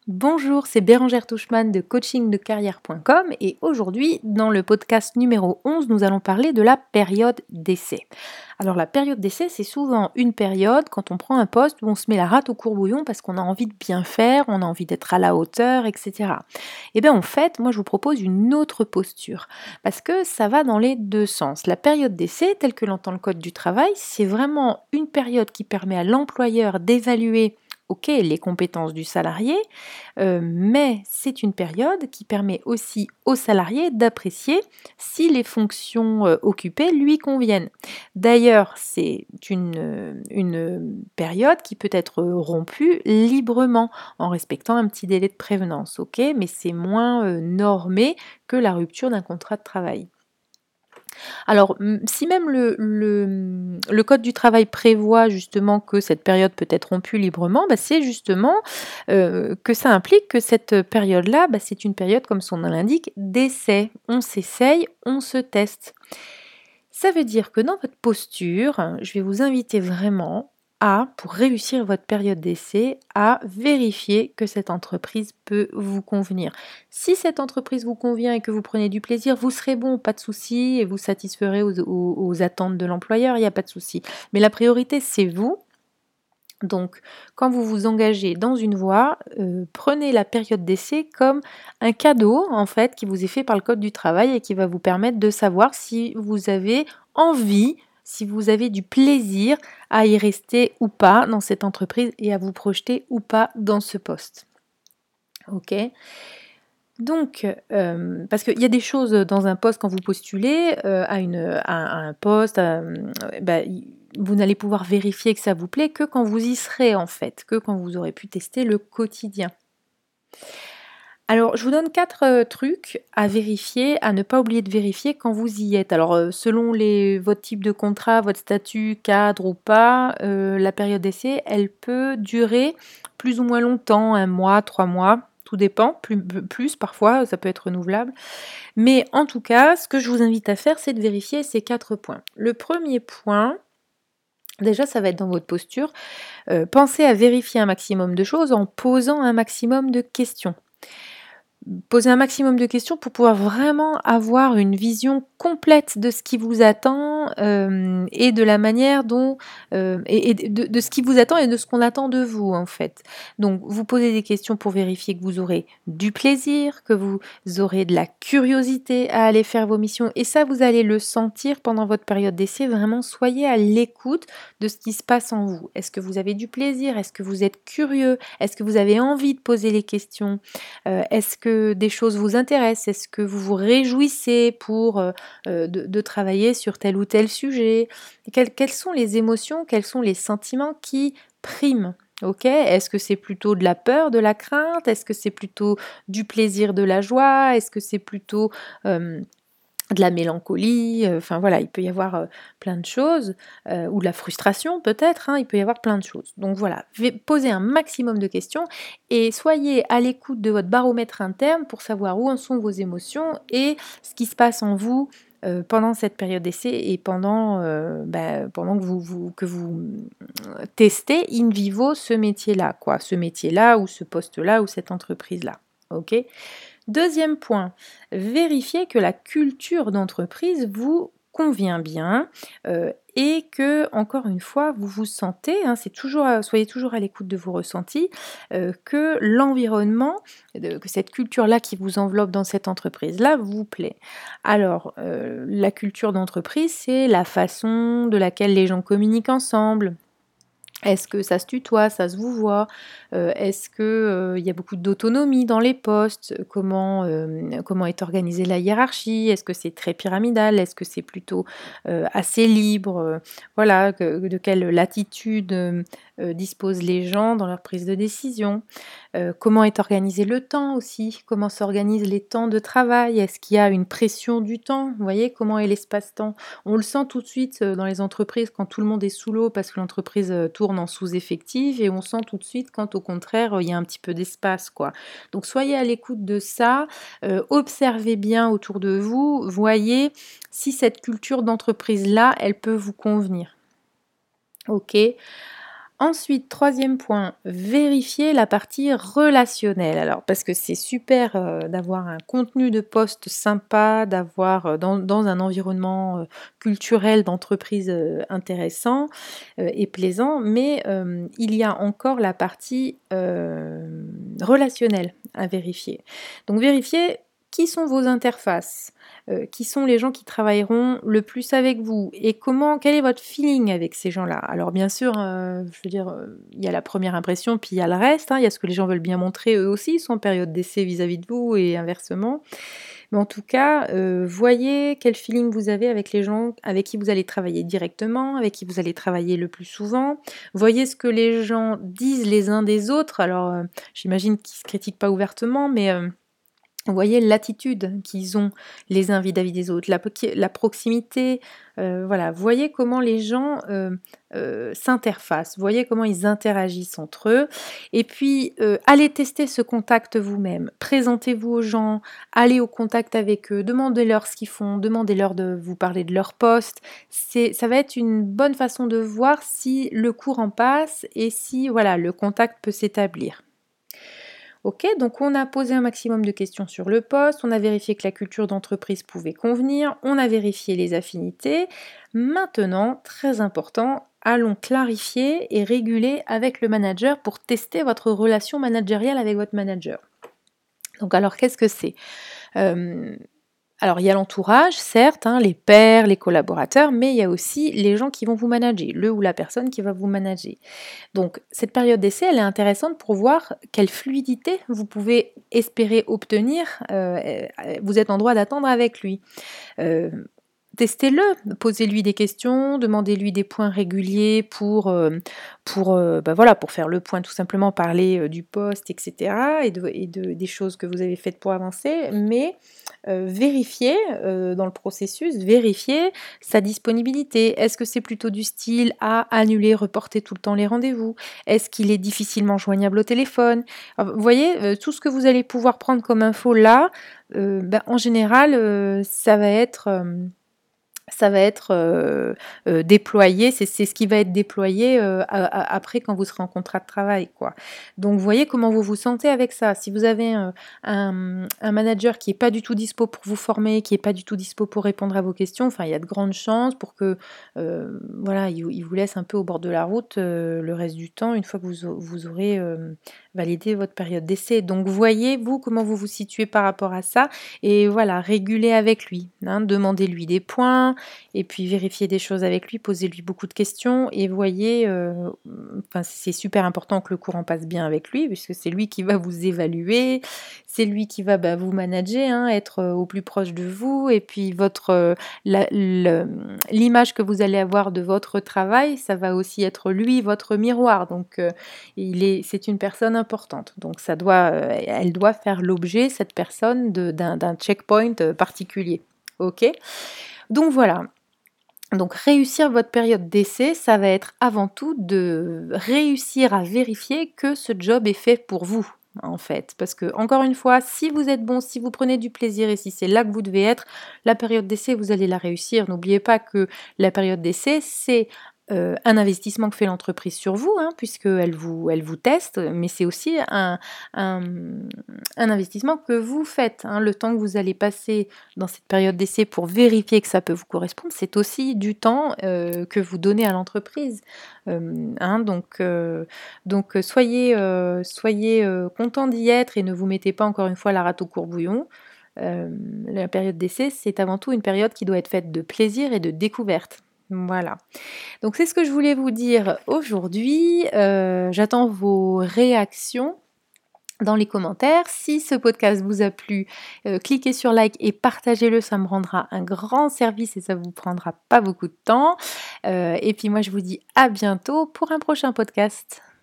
Bonjour, c'est Bérangère Touchman de coachingdecarrière.com et aujourd'hui, dans le podcast numéro 11, nous allons parler de la période d'essai. Alors la période d'essai, c'est souvent une période quand on prend un poste où on se met la rate au courbouillon parce qu'on a envie de bien faire, on a envie d'être à la hauteur, etc. Et bien en fait, moi je vous propose une autre posture parce que ça va dans les deux sens. La période d'essai, telle que l'entend le Code du travail, c'est vraiment une période qui permet à l'employeur d'évaluer les compétences du salarié, mais c'est une période qui permet aussi au salarié d'apprécier si les fonctions occupées lui conviennent. D'ailleurs, c'est une période qui peut être rompue librement en respectant un petit délai de prévenance, mais c'est moins normé que la rupture d'un contrat de travail. Alors, si même le code du travail prévoit justement que cette période peut être rompue librement, c'est justement que ça implique que cette période-là, c'est une période, comme son nom l'indique, d'essai. On s'essaye, on se teste. Ça veut dire que dans votre posture, je vais vous inviter vraiment pour réussir votre période d'essai, à vérifier que cette entreprise peut vous convenir. Si cette entreprise vous convient et que vous prenez du plaisir, vous serez bon, pas de souci, et vous satisferez aux attentes de l'employeur, il n'y a pas de souci. Mais la priorité, c'est vous. Donc, quand vous vous engagez dans une voie, prenez la période d'essai comme un cadeau, en fait, qui vous est fait par le Code du travail et qui va vous permettre de savoir si vous avez envie, si vous avez du plaisir à y rester ou pas dans cette entreprise et à vous projeter ou pas dans ce poste. Ok ? Donc, parce qu'il y a des choses dans un poste quand vous postulez à un poste, vous n'allez pouvoir vérifier que ça vous plaît que quand vous y serez en fait, que quand vous aurez pu tester le quotidien. Alors, je vous donne 4 trucs à vérifier, à ne pas oublier de vérifier quand vous y êtes. Alors, selon votre type de contrat, votre statut, cadre ou pas, la période d'essai, elle peut durer plus ou moins longtemps, 1 mois, 3 mois, tout dépend, plus parfois, ça peut être renouvelable. Mais en tout cas, ce que je vous invite à faire, c'est de vérifier ces 4 points. Le premier point, déjà, ça va être dans votre posture. Pensez à vérifier un maximum de choses en posant un maximum de questions. Poser un maximum de questions pour pouvoir vraiment avoir une vision complète de ce qui vous attend et de la manière dont et de ce qui vous attend et de ce qu'on attend de vous en fait. Donc vous posez des questions pour vérifier que vous aurez du plaisir, que vous aurez de la curiosité à aller faire vos missions et ça vous allez le sentir pendant votre période d'essai. Vraiment soyez à l'écoute de ce qui se passe en vous. Est-ce que vous avez du plaisir? Est-ce que vous êtes curieux? Est-ce que vous avez envie de poser les questions? Est-ce que des choses vous intéressent? Est-ce que vous vous réjouissez de travailler sur tel ou tel sujet? Quelles sont les émotions, quels sont les sentiments qui priment? Est-ce que c'est plutôt de la peur, de la crainte? Est-ce que c'est plutôt du plaisir, de la joie? Est-ce que c'est plutôt de la mélancolie, enfin voilà, il peut y avoir plein de choses, ou de la frustration peut-être, il peut y avoir plein de choses. Donc voilà, posez un maximum de questions et soyez à l'écoute de votre baromètre interne pour savoir où en sont vos émotions et ce qui se passe en vous pendant cette période d'essai et pendant que vous testez in vivo ce métier-là, ce métier-là ou ce poste-là ou cette entreprise-là. Ok ? Deuxième point, vérifiez que la culture d'entreprise vous convient bien et que, encore une fois, vous vous sentez, soyez toujours à l'écoute de vos ressentis, que l'environnement, que cette culture-là qui vous enveloppe dans cette entreprise-là vous plaît. Alors, la culture d'entreprise, c'est la façon de laquelle les gens communiquent ensemble. Est-ce que ça se tutoie, ça se vouvoie? Est-ce que, il y a beaucoup d'autonomie dans les postes? Comment est organisée la hiérarchie? Est-ce que c'est très pyramidal? Est-ce que c'est plutôt, assez libre? Voilà, de quelle latitude, disposent les gens dans leur prise de décision? Comment est organisé le temps aussi? Comment s'organisent les temps de travail? Est-ce qu'il y a une pression du temps? Vous voyez, comment est l'espace-temps? On le sent tout de suite, dans les entreprises quand tout le monde est sous l'eau parce que l'entreprise, tourne en sous-effectif et on sent tout de suite quand au contraire, il y a un petit peu d'espace, quoi. Donc soyez à l'écoute de ça, observez bien autour de vous, voyez si cette culture d'entreprise-là, elle peut vous convenir. OK. Ensuite, troisième point, vérifier la partie relationnelle. Alors, parce que c'est super d'avoir un contenu de poste sympa, d'avoir dans un environnement culturel d'entreprise intéressant et plaisant, mais il y a encore la partie relationnelle à vérifier. Donc, vérifier qui sont vos interfaces, qui sont les gens qui travailleront le plus avec vous et quel est votre feeling avec ces gens-là. Alors bien sûr, je veux dire, il y a la première impression, puis il y a le reste, hein, il y a ce que les gens veulent bien montrer eux aussi, ils sont en période d'essai vis-à-vis de vous et inversement. Mais en tout cas, voyez quel feeling vous avez avec les gens avec qui vous allez travailler directement, avec qui vous allez travailler le plus souvent. Voyez ce que les gens disent les uns des autres. Alors, j'imagine qu'ils ne se critiquent pas ouvertement, mais voyez l'attitude qu'ils ont les uns vis-à-vis des autres, la proximité, voilà. Voyez comment les gens s'interfacent, voyez comment ils interagissent entre eux. Et puis, allez tester ce contact vous-même. Présentez-vous aux gens, allez au contact avec eux, demandez-leur ce qu'ils font, demandez-leur de vous parler de leur poste. Ça va être une bonne façon de voir si le courant passe et si voilà, le contact peut s'établir. Ok, donc on a posé un maximum de questions sur le poste, on a vérifié que la culture d'entreprise pouvait convenir, on a vérifié les affinités. Maintenant, très important, allons clarifier et réguler avec le manager pour tester votre relation managériale avec votre manager. Donc alors, qu'est-ce que c'est Alors, il y a l'entourage, certes, hein, les pairs, les collaborateurs, mais il y a aussi les gens qui vont vous manager, le ou la personne qui va vous manager. Donc, cette période d'essai, elle est intéressante pour voir quelle fluidité vous pouvez espérer obtenir. Vous êtes en droit d'attendre avec lui. Euh, Testez-le, posez-lui des questions, demandez-lui des points réguliers pour faire le point, tout simplement parler du poste, etc. Des choses que vous avez faites pour avancer, mais vérifiez dans le processus, vérifiez sa disponibilité. Est-ce que c'est plutôt du style à annuler, reporter tout le temps les rendez-vous? Est-ce qu'il est difficilement joignable au téléphone? Alors, vous voyez, tout ce que vous allez pouvoir prendre comme info là, en général, ça va être déployé, c'est ce qui va être déployé après quand vous serez en contrat de travail, quoi. Donc, voyez comment vous vous sentez avec ça. Si vous avez un manager qui n'est pas du tout dispo pour vous former, qui n'est pas du tout dispo pour répondre à vos questions, enfin, il y a de grandes chances pour que voilà, il vous laisse un peu au bord de la route le reste du temps, une fois que vous aurez validé votre période d'essai. Donc, voyez, vous, comment vous vous situez par rapport à ça, et voilà, régulez avec lui, hein, demandez-lui des points, et puis vérifiez des choses avec lui, posez-lui beaucoup de questions et voyez, c'est super important que le courant passe bien avec lui puisque c'est lui qui va vous évaluer, c'est lui qui va vous manager, hein, être au plus proche de vous et puis l'image que vous allez avoir de votre travail, ça va aussi être lui, votre miroir. Donc c'est une personne importante. Donc elle doit faire l'objet, cette personne, d'un checkpoint particulier. Ok ? Donc voilà. Donc réussir votre période d'essai, ça va être avant tout de réussir à vérifier que ce job est fait pour vous, en fait. Parce que, encore une fois, si vous êtes bon, si vous prenez du plaisir et si c'est là que vous devez être, la période d'essai, vous allez la réussir. N'oubliez pas que la période d'essai, c'est un investissement que fait l'entreprise sur vous, hein, puisqu'elle vous teste, mais c'est aussi un investissement que vous faites, hein. Le temps que vous allez passer dans cette période d'essai pour vérifier que ça peut vous correspondre, c'est aussi du temps que vous donnez à l'entreprise. Hein, donc soyez content d'y être et ne vous mettez pas encore une fois la rate au courbouillon. La période d'essai, c'est avant tout une période qui doit être faite de plaisir et de découverte. Voilà. Donc c'est ce que je voulais vous dire aujourd'hui. J'attends vos réactions dans les commentaires. Si ce podcast vous a plu, cliquez sur like et partagez-le, ça me rendra un grand service et ça vous prendra pas beaucoup de temps. Et puis moi je vous dis à bientôt pour un prochain podcast.